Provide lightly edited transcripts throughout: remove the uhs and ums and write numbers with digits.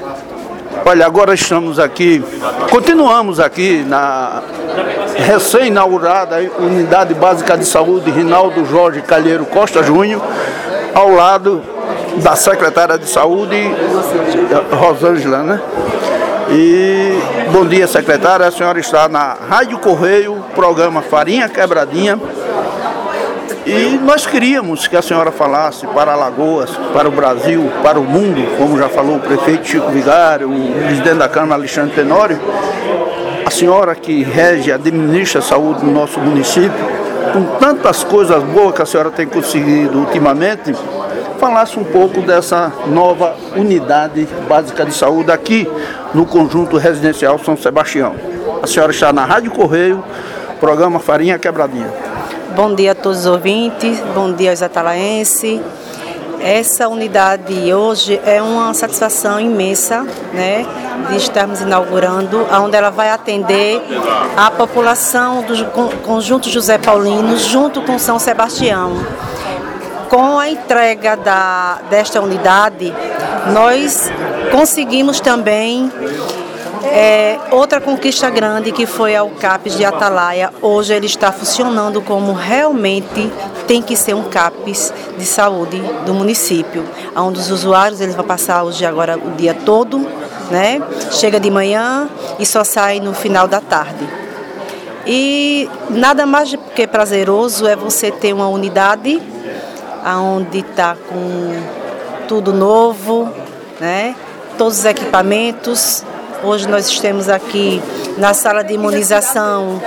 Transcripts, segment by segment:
Olha, agora continuamos aqui na recém-inaugurada Unidade Básica de Saúde Rinaldo Jorge Calheiro Costa Júnior, ao lado da secretária de Saúde, Rosângela, né? E bom dia, secretária. A senhora está na Rádio Correio, programa Farinha Quebradinha. E nós queríamos que a senhora falasse para Alagoas, para o Brasil, para o mundo, como já falou o prefeito Chico Vigário, o presidente da Câmara Alexandre Tenório, a senhora que rege, administra a saúde no nosso município, com tantas coisas boas que a senhora tem conseguido ultimamente, falasse um pouco dessa nova unidade básica de saúde aqui no conjunto residencial São Sebastião. A senhora está na Rádio Correio, programa Farinha Quebradinha. Bom dia a todos os ouvintes, bom dia aos atalaenses. Essa unidade hoje é uma satisfação imensa, né, de estarmos inaugurando, onde ela vai atender a população do conjunto José Paulino, junto com São Sebastião. Com a entrega desta unidade, nós conseguimos também outra conquista grande, que foi a UCAPES de Atalaia. Hoje ele está funcionando como realmente tem que ser um CAPES de saúde do município, onde os usuários eles vão passar hoje agora o dia todo, né? Chega de manhã e só sai no final da tarde. E nada mais do que prazeroso é você ter uma unidade onde está com tudo novo, né? Todos os equipamentos. Hoje nós estamos aqui na sala de imunização,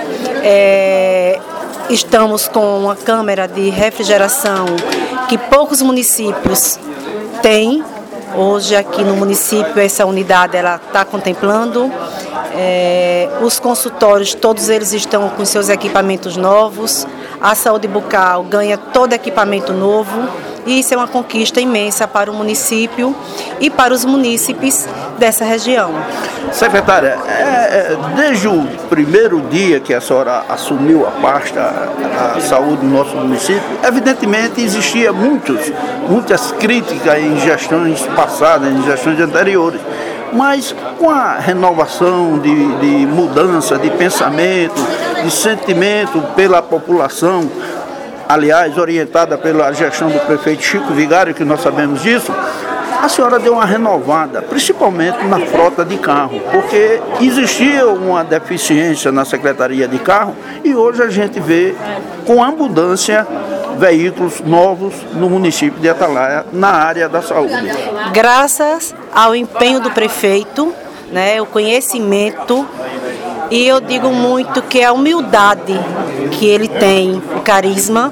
estamos com uma câmara de refrigeração que poucos municípios têm. Hoje aqui no município essa unidade ela está contemplando. Os consultórios, todos eles estão com seus equipamentos novos. A saúde bucal ganha todo equipamento novo. E isso é uma conquista imensa para o município e para os munícipes dessa região. Secretária, desde o primeiro dia que a senhora assumiu a pasta da saúde no nosso município, evidentemente existia muitas críticas em gestões passadas, em gestões anteriores. Mas com a renovação de mudança de pensamento, de sentimento pela população, aliás, orientada pela gestão do prefeito Chico Vigário, que nós sabemos disso, a senhora deu uma renovada, principalmente na frota de carro, porque existia uma deficiência na Secretaria de Carro e hoje a gente vê com abundância veículos novos no município de Atalaia na área da saúde. Graças ao empenho do prefeito, né, o conhecimento, e eu digo muito que a humildade que ele tem, o carisma,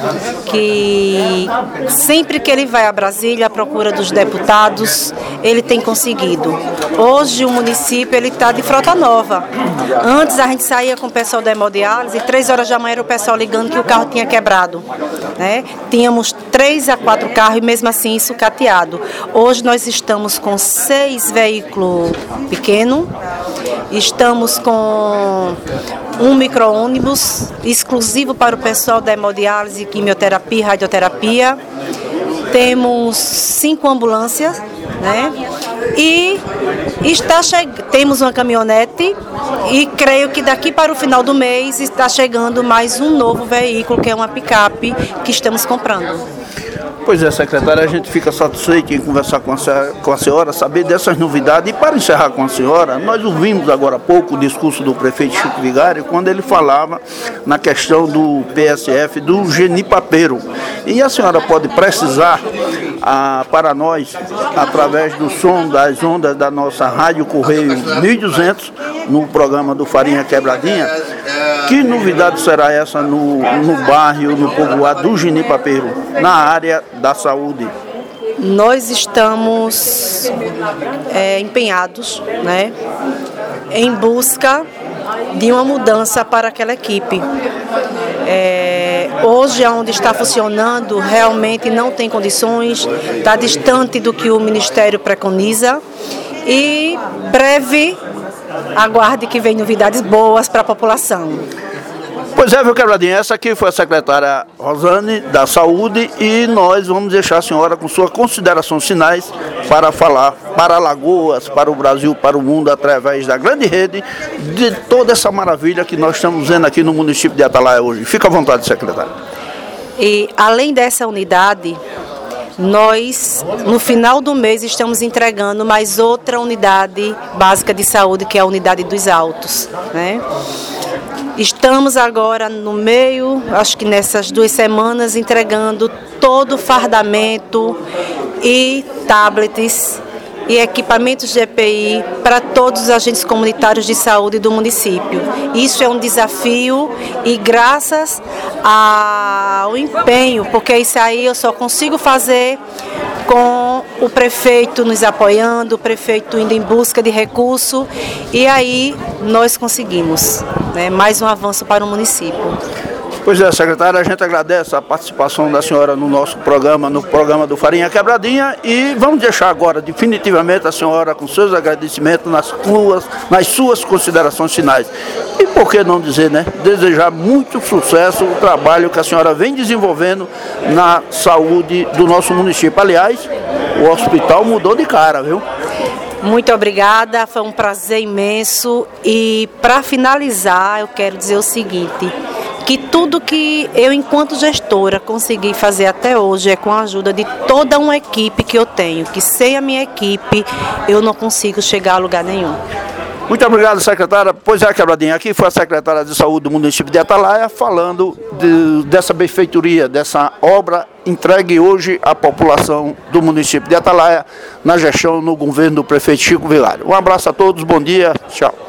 que sempre que ele vai a Brasília à procura dos deputados, ele tem conseguido. Hoje o município está de frota nova. Antes a gente saía com o pessoal da hemodiálise e 3 horas da manhã era o pessoal ligando que o carro tinha quebrado, né? Tínhamos 3 a 4 carros e mesmo assim sucateado. Hoje nós estamos com 6 veículos pequenos, estamos com um micro-ônibus exclusivo para o pessoal da hemodiálise, quimioterapia e radioterapia. Temos 5 ambulâncias, né? E temos uma caminhonete e creio que daqui para o final do mês está chegando mais um novo veículo, que é uma picape que estamos comprando. Pois é, secretária, a gente fica satisfeito em conversar com a senhora, saber dessas novidades. E para encerrar com a senhora, nós ouvimos agora há pouco o discurso do prefeito Chico Vigário, quando ele falava na questão do PSF, do genipapeiro. E a senhora pode precisar para nós, através do som das ondas da nossa Rádio Correio 1200, no programa do Farinha Quebradinha, que novidade será essa no bairro, no povoado do genipapeiro, na área da saúde? Nós estamos empenhados, né, em busca de uma mudança para aquela equipe. Hoje, onde está funcionando, realmente não tem condições, está distante do que o Ministério preconiza e breve aguarde que venham novidades boas para a população. Pois é, viu, Quebradinha? Essa aqui foi a secretária Rosane da Saúde e nós vamos deixar a senhora com suas considerações finais para falar para Alagoas, para o Brasil, para o mundo, através da grande rede, de toda essa maravilha que nós estamos vendo aqui no município de Atalaia hoje. Fica à vontade, secretária. E além dessa unidade, nós, no final do mês, estamos entregando mais outra unidade básica de saúde, que é a unidade dos Altos, né? Estamos agora no meio, acho que nessas 2 semanas, entregando todo o fardamento e tablets e equipamentos de EPI para todos os agentes comunitários de saúde do município. Isso é um desafio e graças ao empenho, porque isso aí eu só consigo fazer com o prefeito nos apoiando, o prefeito indo em busca de recurso, e aí nós conseguimos, né, mais um avanço para o município. Pois é, secretária, a gente agradece a participação da senhora no nosso programa, no programa do Farinha Quebradinha, e vamos deixar agora definitivamente a senhora com seus agradecimentos nas suas considerações finais. E por que não dizer, né, desejar muito sucesso o trabalho que a senhora vem desenvolvendo na saúde do nosso município. Aliás, o hospital mudou de cara, viu? Muito obrigada, foi um prazer imenso, e para finalizar eu quero dizer o seguinte: que tudo que eu, enquanto gestora, consegui fazer até hoje é com a ajuda de toda uma equipe que eu tenho, que sem a minha equipe eu não consigo chegar a lugar nenhum. Muito obrigado, secretária. Pois é, Quebradinha, aqui foi a secretária de Saúde do município de Atalaia falando dessa benfeitoria, dessa obra entregue hoje à população do município de Atalaia na gestão, no governo do prefeito Chico Vigário. Um abraço a todos, bom dia, tchau.